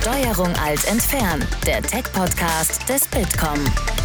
Steuerung Alt entfernen, der Tech-Podcast des Bitkom.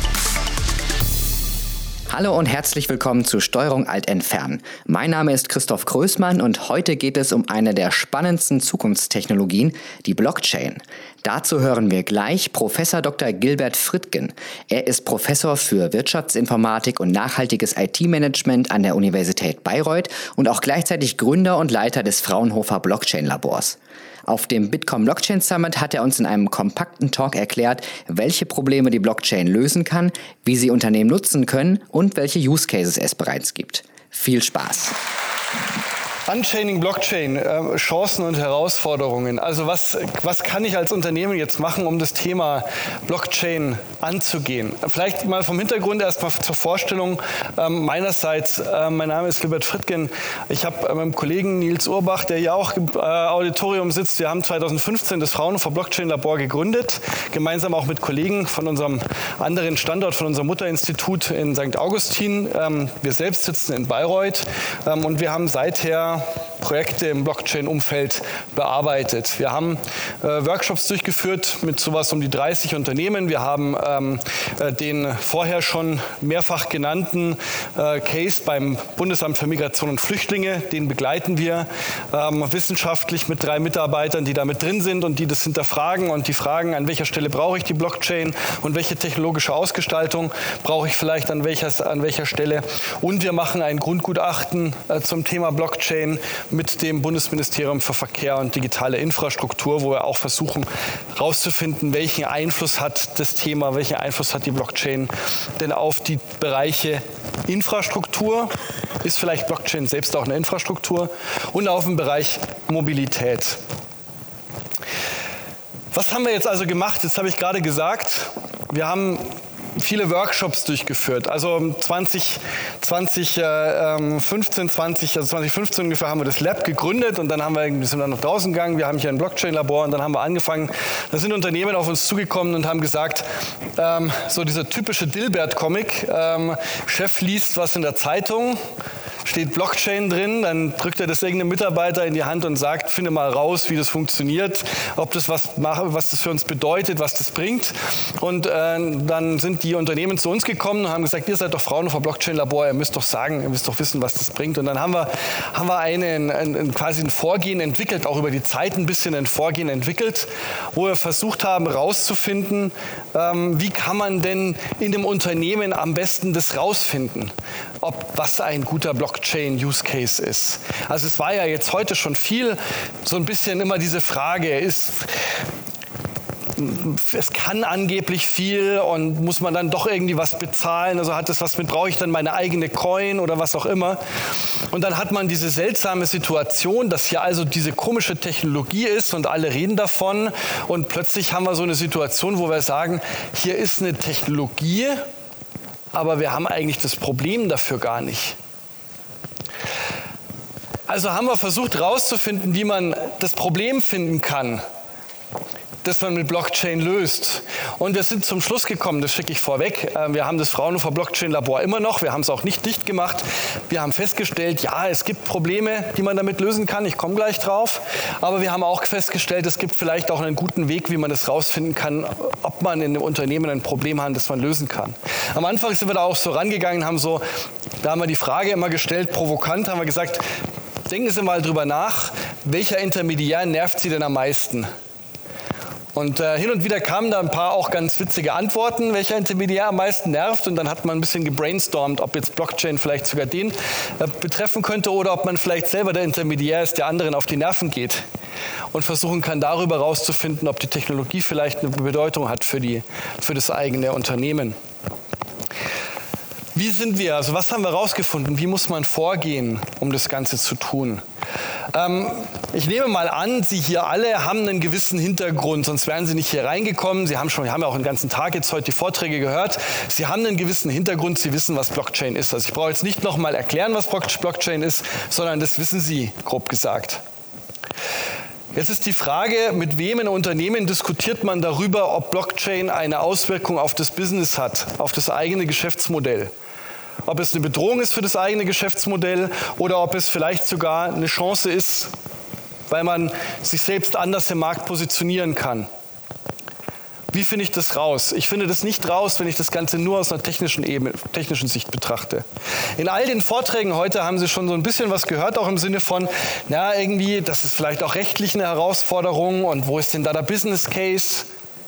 Hallo und herzlich willkommen zu Steuerung Alt entfernen. Mein Name ist Christoph Größmann und heute geht es um eine der spannendsten Zukunftstechnologien, die Blockchain. Dazu hören wir gleich Professor Dr. Gilbert Frittgen. Er ist Professor für Wirtschaftsinformatik und nachhaltiges IT-Management an der Universität Bayreuth und auch gleichzeitig Gründer und Leiter des Fraunhofer Blockchain-Labors. Auf dem Bitkom Blockchain Summit hat er uns in einem kompakten Talk erklärt, welche Probleme die Blockchain lösen kann, wie sie Unternehmen nutzen können und welche Use Cases es bereits gibt. Viel Spaß! Unchaining Blockchain, Chancen und Herausforderungen. Also was kann ich als Unternehmen jetzt machen, um das Thema Blockchain anzugehen? Vielleicht mal vom Hintergrund erstmal zur Vorstellung meinerseits. Mein Name ist Gilbert Frittgen. Ich habe mit meinem Kollegen Nils Urbach, der hier auch im Auditorium sitzt, wir haben 2015 das Fraunhofer Blockchain Labor gegründet, gemeinsam auch mit Kollegen von unserem anderen Standort, von unserem Mutterinstitut in St. Augustin. Wir selbst sitzen in Bayreuth und wir haben seither Projekte im Blockchain-Umfeld bearbeitet. Wir haben Workshops durchgeführt mit sowas um die 30 Unternehmen. Wir haben den vorher schon mehrfach genannten Case beim Bundesamt für Migration und Flüchtlinge, den begleiten wir wissenschaftlich mit 3 Mitarbeitern, die da mit drin sind und die das hinterfragen und die fragen, an welcher Stelle brauche ich die Blockchain und welche technologische Ausgestaltung brauche ich vielleicht an welcher Stelle. Und wir machen ein Grundgutachten zum Thema Blockchain mit dem Bundesministerium für Verkehr und digitale Infrastruktur, wo wir auch versuchen herauszufinden, welchen Einfluss hat das Thema, welchen Einfluss hat die Blockchain denn auf die Bereiche Infrastruktur, ist vielleicht Blockchain selbst auch eine Infrastruktur, und auf den Bereich Mobilität. Was haben wir jetzt also gemacht? Jetzt habe ich gerade gesagt, wir haben viele Workshops durchgeführt. Also 2015 ungefähr haben wir das Lab gegründet und dann sind wir nach draußen gegangen. Wir haben hier ein Blockchain-Labor und dann haben wir angefangen. Da sind Unternehmen auf uns zugekommen und haben gesagt, so dieser typische Dilbert-Comic, Chef liest was in der Zeitung, steht Blockchain drin, dann drückt er das irgendeinem Mitarbeiter in die Hand und sagt, finde mal raus, wie das funktioniert, ob das was das für uns bedeutet, was das bringt. Und dann sind die Unternehmen zu uns gekommen und haben gesagt, ihr seid doch Fraunhofer Blockchain Labor, ihr müsst doch wissen, was das bringt. Und dann haben wir quasi ein Vorgehen entwickelt, auch über die Zeit ein bisschen ein Vorgehen entwickelt, wo wir versucht haben herauszufinden, wie kann man denn in dem Unternehmen am besten das rausfinden, was ein guter Blockchain-Use Case ist. Also es war ja jetzt heute schon viel, so ein bisschen immer diese Frage, es kann angeblich viel und muss man dann doch irgendwie was bezahlen, also brauche ich dann meine eigene Coin oder was auch immer. Und dann hat man diese seltsame Situation, dass hier also diese komische Technologie ist und alle reden davon und plötzlich haben wir so eine Situation, wo wir sagen, hier ist eine Technologie, aber wir haben eigentlich das Problem dafür gar nicht. Also haben wir versucht herauszufinden, wie man das Problem finden kann, das man mit Blockchain löst. Und wir sind zum Schluss gekommen, das schicke ich vorweg. Wir haben das Fraunhofer Blockchain Labor immer noch, wir haben es auch nicht dicht gemacht. Wir haben festgestellt, ja, es gibt Probleme, die man damit lösen kann, ich komme gleich drauf. Aber wir haben auch festgestellt, es gibt vielleicht auch einen guten Weg, wie man das rausfinden kann, ob man in einem Unternehmen ein Problem hat, das man lösen kann. Am Anfang sind wir da auch so rangegangen, da haben wir die Frage immer gestellt, provokant, haben wir gesagt, denken Sie mal drüber nach, welcher Intermediär nervt Sie denn am meisten? Und hin und wieder kamen da ein paar auch ganz witzige Antworten, welcher Intermediär am meisten nervt. Und dann hat man ein bisschen gebrainstormt, ob jetzt Blockchain vielleicht sogar den betreffen könnte oder ob man vielleicht selber der Intermediär ist, der anderen auf die Nerven geht. Und versuchen kann, darüber herauszufinden, ob die Technologie vielleicht eine Bedeutung hat für das eigene Unternehmen. Wie sind wir? Also was haben wir herausgefunden? Wie muss man vorgehen, um das Ganze zu tun? Ich nehme mal an, Sie hier alle haben einen gewissen Hintergrund, sonst wären Sie nicht hier reingekommen. Wir haben ja auch den ganzen Tag jetzt heute die Vorträge gehört. Sie haben einen gewissen Hintergrund, Sie wissen, was Blockchain ist. Also ich brauche jetzt nicht nochmal erklären, was Blockchain ist, sondern das wissen Sie, grob gesagt. Jetzt ist die Frage, mit wem in Unternehmen diskutiert man darüber, ob Blockchain eine Auswirkung auf das Business hat, auf das eigene Geschäftsmodell. Ob es eine Bedrohung ist für das eigene Geschäftsmodell oder ob es vielleicht sogar eine Chance ist, weil man sich selbst anders im Markt positionieren kann. Wie finde ich das raus? Ich finde das nicht raus, wenn ich das Ganze nur aus einer technischen Sicht betrachte. In all den Vorträgen heute haben Sie schon so ein bisschen was gehört, auch im Sinne von, na irgendwie, das ist vielleicht auch rechtlich eine Herausforderung und wo ist denn da der Business Case?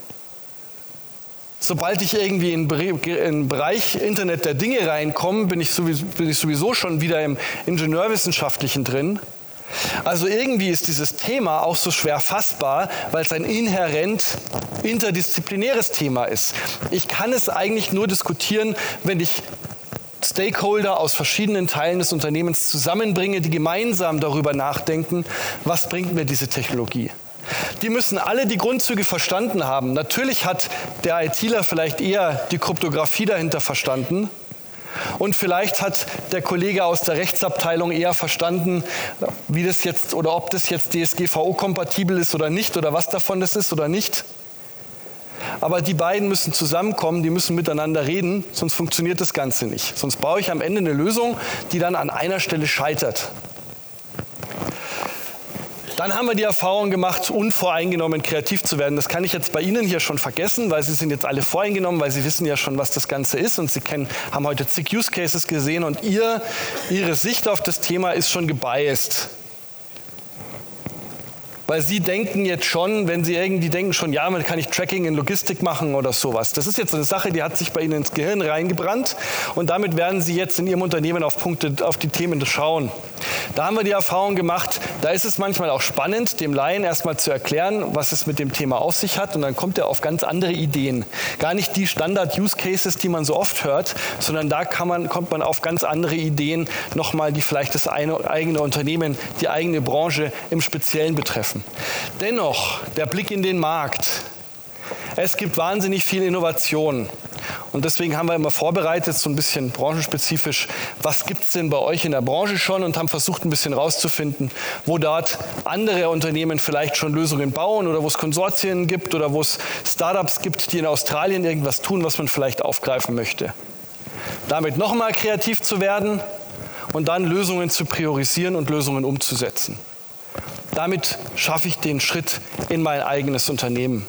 Sobald ich irgendwie in den Bereich Internet der Dinge reinkomme, bin ich sowieso schon wieder im Ingenieurwissenschaftlichen drin. Also irgendwie ist dieses Thema auch so schwer fassbar, weil es ein inhärent interdisziplinäres Thema ist. Ich kann es eigentlich nur diskutieren, wenn ich Stakeholder aus verschiedenen Teilen des Unternehmens zusammenbringe, die gemeinsam darüber nachdenken, was bringt mir diese Technologie. Die müssen alle die Grundzüge verstanden haben. Natürlich hat der ITler vielleicht eher die Kryptographie dahinter verstanden. Und vielleicht hat der Kollege aus der Rechtsabteilung eher verstanden, wie das jetzt oder ob das jetzt DSGVO-kompatibel ist oder nicht oder was davon das ist oder nicht. Aber die beiden müssen zusammenkommen, die müssen miteinander reden, sonst funktioniert das Ganze nicht. Sonst baue ich am Ende eine Lösung, die dann an einer Stelle scheitert. Dann haben wir die Erfahrung gemacht, unvoreingenommen kreativ zu werden. Das kann ich jetzt bei Ihnen hier schon vergessen, weil Sie sind jetzt alle voreingenommen, weil Sie wissen ja schon, was das Ganze ist und Sie haben heute zig Use Cases gesehen und Ihre Sicht auf das Thema ist schon gebiased. Weil Sie denken jetzt schon, die denken schon, ja, man kann nicht Tracking in Logistik machen oder sowas. Das ist jetzt eine Sache, die hat sich bei Ihnen ins Gehirn reingebrannt und damit werden Sie jetzt in Ihrem Unternehmen auf die Themen schauen. Da haben wir die Erfahrung gemacht, da ist es manchmal auch spannend, dem Laien erstmal zu erklären, was es mit dem Thema auf sich hat und dann kommt er auf ganz andere Ideen. Gar nicht die Standard-Use-Cases, die man so oft hört, sondern da kommt man auf ganz andere Ideen, nochmal, die vielleicht das eigene Unternehmen, die eigene Branche im Speziellen betreffen. Dennoch, der Blick in den Markt. Es gibt wahnsinnig viel Innovation. Und deswegen haben wir immer vorbereitet, so ein bisschen branchenspezifisch, was gibt es denn bei euch in der Branche schon und haben versucht, ein bisschen rauszufinden, wo dort andere Unternehmen vielleicht schon Lösungen bauen oder wo es Konsortien gibt oder wo es Startups gibt, die in Australien irgendwas tun, was man vielleicht aufgreifen möchte. Damit nochmal kreativ zu werden und dann Lösungen zu priorisieren und Lösungen umzusetzen. Damit schaffe ich den Schritt in mein eigenes Unternehmen.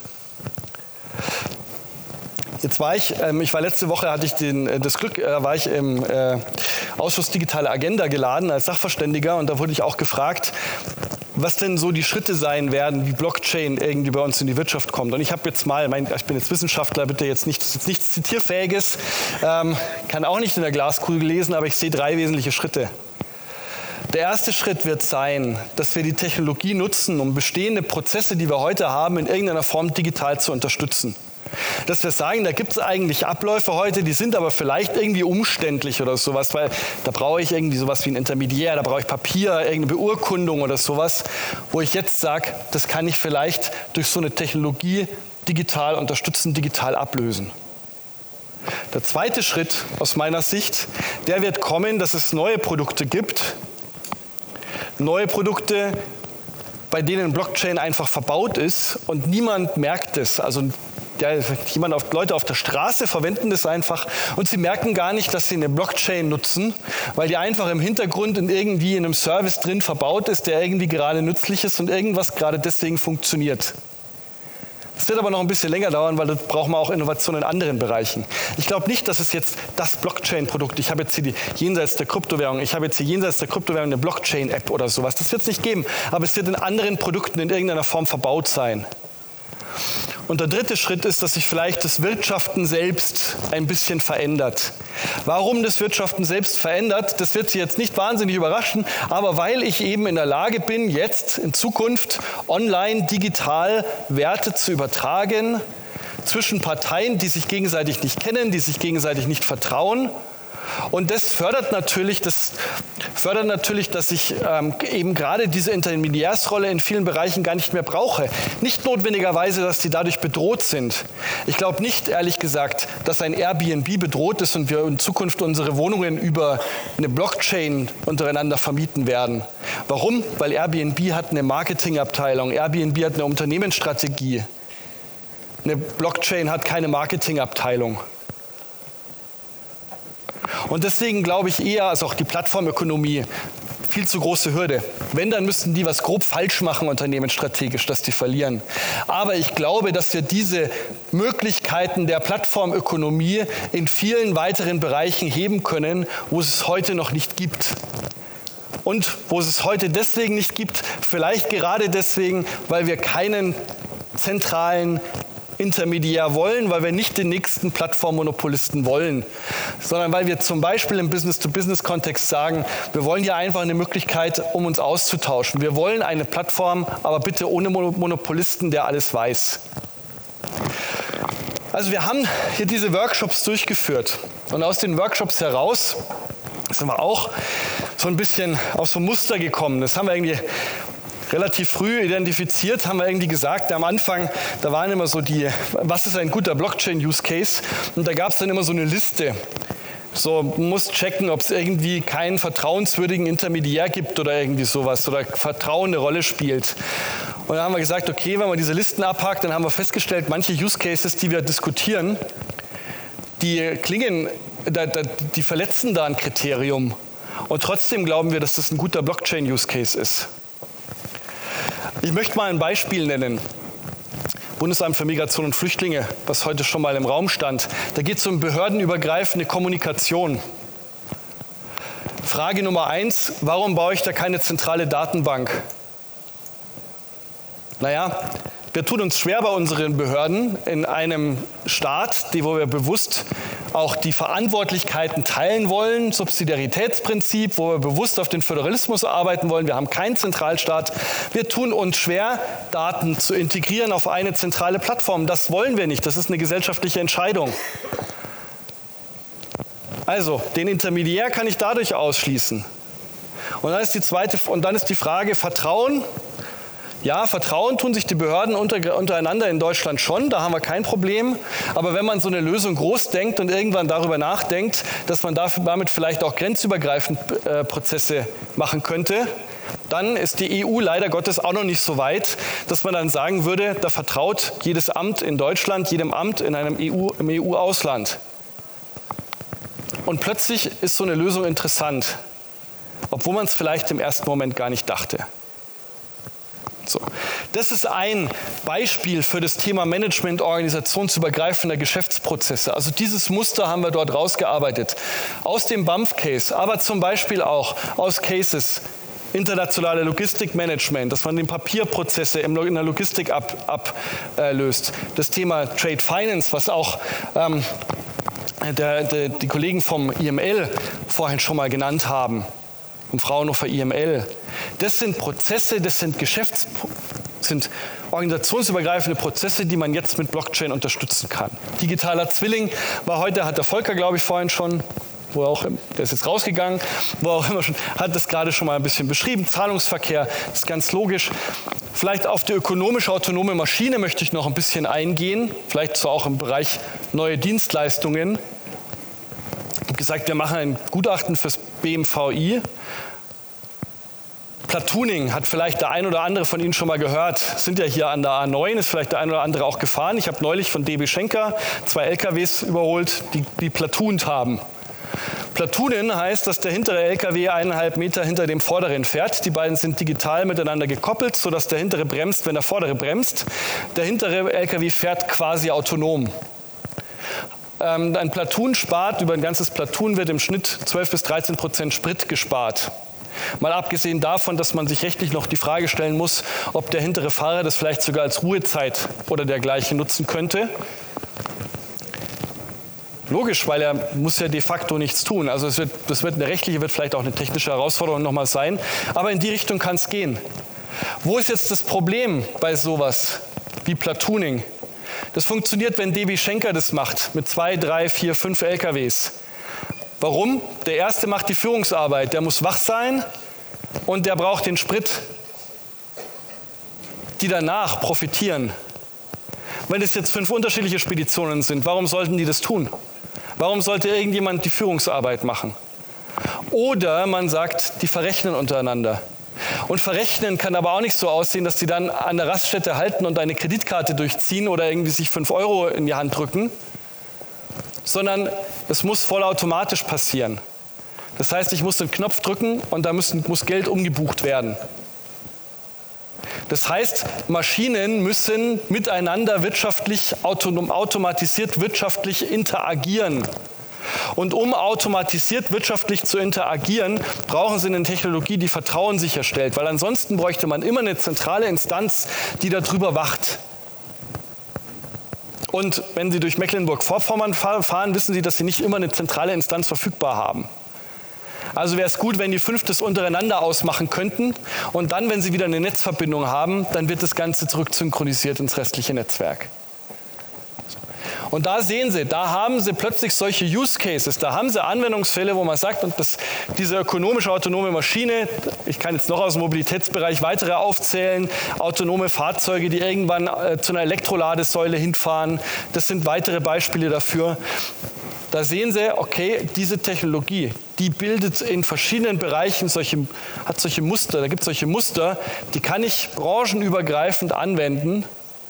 Jetzt war letzte Woche hatte ich das Glück, war ich im Ausschuss Digitale Agenda geladen als Sachverständiger und da wurde ich auch gefragt, was denn so die Schritte sein werden, wie Blockchain irgendwie bei uns in die Wirtschaft kommt. Und ich habe jetzt ich bin jetzt Wissenschaftler, bitte jetzt nichts Zitierfähiges, kann auch nicht in der Glaskugel lesen, aber ich sehe 3 wesentliche Schritte. Der erste Schritt wird sein, dass wir die Technologie nutzen, um bestehende Prozesse, die wir heute haben, in irgendeiner Form digital zu unterstützen. Dass wir sagen, da gibt es eigentlich Abläufe heute, die sind aber vielleicht irgendwie umständlich oder sowas, weil da brauche ich irgendwie sowas wie ein Intermediär, da brauche ich Papier, irgendeine Beurkundung oder sowas, wo ich jetzt sage, das kann ich vielleicht durch so eine Technologie digital unterstützen, digital ablösen. Der zweite Schritt aus meiner Sicht, der wird kommen, dass es neue Produkte gibt, bei denen Blockchain einfach verbaut ist und niemand merkt es. Also Leute auf der Straße verwenden das einfach und sie merken gar nicht, dass sie eine Blockchain nutzen, weil die einfach im Hintergrund irgendwie in einem Service drin verbaut ist, der irgendwie gerade nützlich ist und irgendwas gerade deswegen funktioniert. Das wird aber noch ein bisschen länger dauern, weil da brauchen wir auch Innovationen in anderen Bereichen. Ich glaube nicht, dass es jetzt das Blockchain-Produkt, ich habe jetzt hier jenseits der Kryptowährung eine Blockchain-App oder sowas, das wird es nicht geben, aber es wird in anderen Produkten in irgendeiner Form verbaut sein. Und der dritte Schritt ist, dass sich vielleicht das Wirtschaften selbst ein bisschen verändert. Warum das Wirtschaften selbst verändert, das wird Sie jetzt nicht wahnsinnig überraschen, aber weil ich eben in der Lage bin, jetzt in Zukunft online, digital Werte zu übertragen zwischen Parteien, die sich gegenseitig nicht kennen, die sich gegenseitig nicht vertrauen. Und das fördert natürlich, dass ich eben gerade diese Intermediärsrolle in vielen Bereichen gar nicht mehr brauche. Nicht notwendigerweise, dass die dadurch bedroht sind. Ich glaube nicht, ehrlich gesagt, dass ein Airbnb bedroht ist und wir in Zukunft unsere Wohnungen über eine Blockchain untereinander vermieten werden. Warum? Weil Airbnb hat eine Marketingabteilung, Airbnb hat eine Unternehmensstrategie. Eine Blockchain hat keine Marketingabteilung. Und deswegen glaube ich eher, also auch die Plattformökonomie, viel zu große Hürde. Wenn, dann müssten die was grob falsch machen, unternehmensstrategisch, dass die verlieren. Aber ich glaube, dass wir diese Möglichkeiten der Plattformökonomie in vielen weiteren Bereichen heben können, wo es heute noch nicht gibt. Und wo es heute deswegen nicht gibt, vielleicht gerade deswegen, weil wir keinen zentralen Intermediär wollen, weil wir nicht den nächsten Plattformmonopolisten wollen, sondern weil wir zum Beispiel im Business-to-Business-Kontext sagen, wir wollen hier einfach eine Möglichkeit, um uns auszutauschen. Wir wollen eine Plattform, aber bitte ohne Monopolisten, der alles weiß. Also wir haben hier diese Workshops durchgeführt und aus den Workshops heraus sind wir auch so ein bisschen auf so ein Muster gekommen. Das haben wir irgendwie relativ früh identifiziert, haben wir irgendwie gesagt, am Anfang, da waren immer so was ist ein guter Blockchain-Use-Case? Und da gab es dann immer so eine Liste. So, man muss checken, ob es irgendwie keinen vertrauenswürdigen Intermediär gibt oder irgendwie sowas oder Vertrauen eine Rolle spielt. Und dann haben wir gesagt, okay, wenn man diese Listen abhakt, dann haben wir festgestellt, manche Use-Cases, die wir diskutieren, die klingen, die verletzen da ein Kriterium. Und trotzdem glauben wir, dass das ein guter Blockchain-Use-Case ist. Ich möchte mal ein Beispiel nennen. Bundesamt für Migration und Flüchtlinge, was heute schon mal im Raum stand. Da geht es um behördenübergreifende Kommunikation. Frage Nummer 1, warum baue ich da keine zentrale Datenbank? Naja, wir tun uns schwer bei unseren Behörden in einem Staat, wo wir bewusst auch die Verantwortlichkeiten teilen wollen, Subsidiaritätsprinzip, wo wir bewusst auf den Föderalismus arbeiten wollen. Wir haben keinen Zentralstaat. Wir tun uns schwer, Daten zu integrieren auf eine zentrale Plattform. Das wollen wir nicht. Das ist eine gesellschaftliche Entscheidung. Also, den Intermediär kann ich dadurch ausschließen. Und dann ist die Frage Vertrauen. Ja, Vertrauen tun sich die Behörden untereinander in Deutschland schon, da haben wir kein Problem. Aber wenn man so eine Lösung groß denkt und irgendwann darüber nachdenkt, dass man damit vielleicht auch grenzübergreifend Prozesse machen könnte, dann ist die EU leider Gottes auch noch nicht so weit, dass man dann sagen würde, da vertraut jedes Amt in Deutschland, jedem Amt in einem im EU-Ausland. Und plötzlich ist so eine Lösung interessant, obwohl man es vielleicht im ersten Moment gar nicht dachte. So. Das ist ein Beispiel für das Thema Management organisationsübergreifender Geschäftsprozesse. Also dieses Muster haben wir dort rausgearbeitet. Aus dem BAMF-Case, aber zum Beispiel auch aus Cases internationale Logistikmanagement, dass man die Papierprozesse in der Logistik ablöst. Das Thema Trade Finance, was auch die Kollegen vom IML vorhin schon mal genannt haben. Und Fraunhofer IML. Das sind Prozesse, das sind organisationsübergreifende Prozesse, die man jetzt mit Blockchain unterstützen kann. Digitaler Zwilling war heute, hat der Volker, glaube ich, vorhin schon, der ist jetzt rausgegangen, wo auch immer schon, hat das gerade schon mal ein bisschen beschrieben. Zahlungsverkehr ist ganz logisch. Vielleicht auf die ökonomisch autonome Maschine möchte ich noch ein bisschen eingehen, vielleicht so auch im Bereich neue Dienstleistungen. Ich habe gesagt, wir machen ein Gutachten fürs BMVI. Platooning hat vielleicht der ein oder andere von Ihnen schon mal gehört. Sind ja hier an der A9, ist vielleicht der ein oder andere auch gefahren. Ich habe neulich von DB Schenker 2 LKWs überholt, die platoont haben. Platoonen heißt, dass der hintere LKW 1,5 Meter hinter dem vorderen fährt. Die beiden sind digital miteinander gekoppelt, sodass der hintere bremst, wenn der vordere bremst. Der hintere LKW fährt quasi autonom. Ein Platoon spart, über ein ganzes Platoon wird im Schnitt 12-13% Sprit gespart. Mal abgesehen davon, dass man sich rechtlich noch die Frage stellen muss, ob der hintere Fahrer das vielleicht sogar als Ruhezeit oder dergleichen nutzen könnte. Logisch, weil er muss ja de facto nichts tun. Also das wird eine rechtliche, wird vielleicht auch eine technische Herausforderung nochmal sein. Aber in die Richtung kann es gehen. Wo ist jetzt das Problem bei sowas wie Platooning? Das funktioniert, wenn DB Schenker das macht, mit 2, 3, 4, 5 LKWs. Warum? Der erste macht die Führungsarbeit, der muss wach sein und der braucht den Sprit. Die danach profitieren. Wenn es jetzt 5 unterschiedliche Speditionen sind, warum sollten die das tun? Warum sollte irgendjemand die Führungsarbeit machen? Oder man sagt, die verrechnen untereinander. Und verrechnen kann aber auch nicht so aussehen, dass die dann an der Raststätte halten und eine Kreditkarte durchziehen oder irgendwie sich 5 Euro in die Hand drücken, sondern es muss vollautomatisch passieren. Das heißt, ich muss den Knopf drücken und da muss Geld umgebucht werden. Das heißt, Maschinen müssen miteinander automatisiert wirtschaftlich interagieren. Und um automatisiert wirtschaftlich zu interagieren, brauchen Sie eine Technologie, die Vertrauen sicherstellt, weil ansonsten bräuchte man immer eine zentrale Instanz, die darüber wacht. Und wenn Sie durch Mecklenburg-Vorpommern fahren, wissen Sie, dass Sie nicht immer eine zentrale Instanz verfügbar haben. Also wäre es gut, wenn die 5 das untereinander ausmachen könnten und dann, wenn sie wieder eine Netzverbindung haben, dann wird das Ganze zurücksynchronisiert ins restliche Netzwerk. Und da sehen Sie, da haben Sie plötzlich solche Use Cases, da haben Sie Anwendungsfälle, wo man sagt, und diese ökonomische autonome Maschine, ich kann jetzt noch aus dem Mobilitätsbereich weitere aufzählen, autonome Fahrzeuge, die irgendwann zu einer Elektroladesäule hinfahren, das sind weitere Beispiele dafür. Da sehen Sie, okay, diese Technologie, die bildet in verschiedenen Bereichen hat solche Muster, da gibt es solche Muster, die kann ich branchenübergreifend anwenden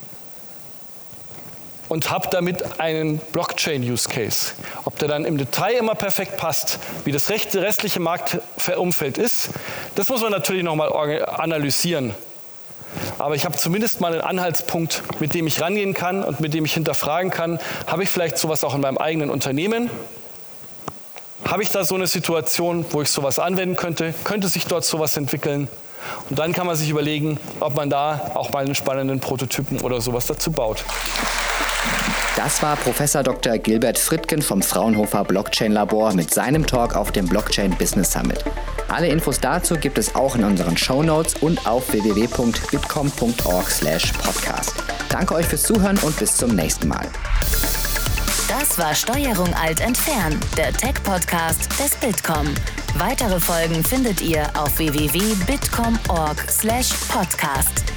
und habe damit einen Blockchain-Use-Case. Ob der dann im Detail immer perfekt passt, wie das restliche Marktumfeld ist, das muss man natürlich nochmal analysieren. Aber ich habe zumindest mal einen Anhaltspunkt, mit dem ich rangehen kann und mit dem ich hinterfragen kann, habe ich vielleicht sowas auch in meinem eigenen Unternehmen? Habe ich da so eine Situation, wo ich sowas anwenden könnte? Könnte sich dort sowas entwickeln? Und dann kann man sich überlegen, ob man da auch mal einen spannenden Prototypen oder sowas dazu baut. Das war Professor Dr. Gilbert Frittgen vom Fraunhofer Blockchain Labor mit seinem Talk auf dem Blockchain Business Summit. Alle Infos dazu gibt es auch in unseren Shownotes und auf www.bitkom.org/podcast. Danke euch fürs Zuhören und bis zum nächsten Mal. Das war Steuerung Alt entfernen, der Tech-Podcast des Bitkom. Weitere Folgen findet ihr auf www.bitkom.org/podcast.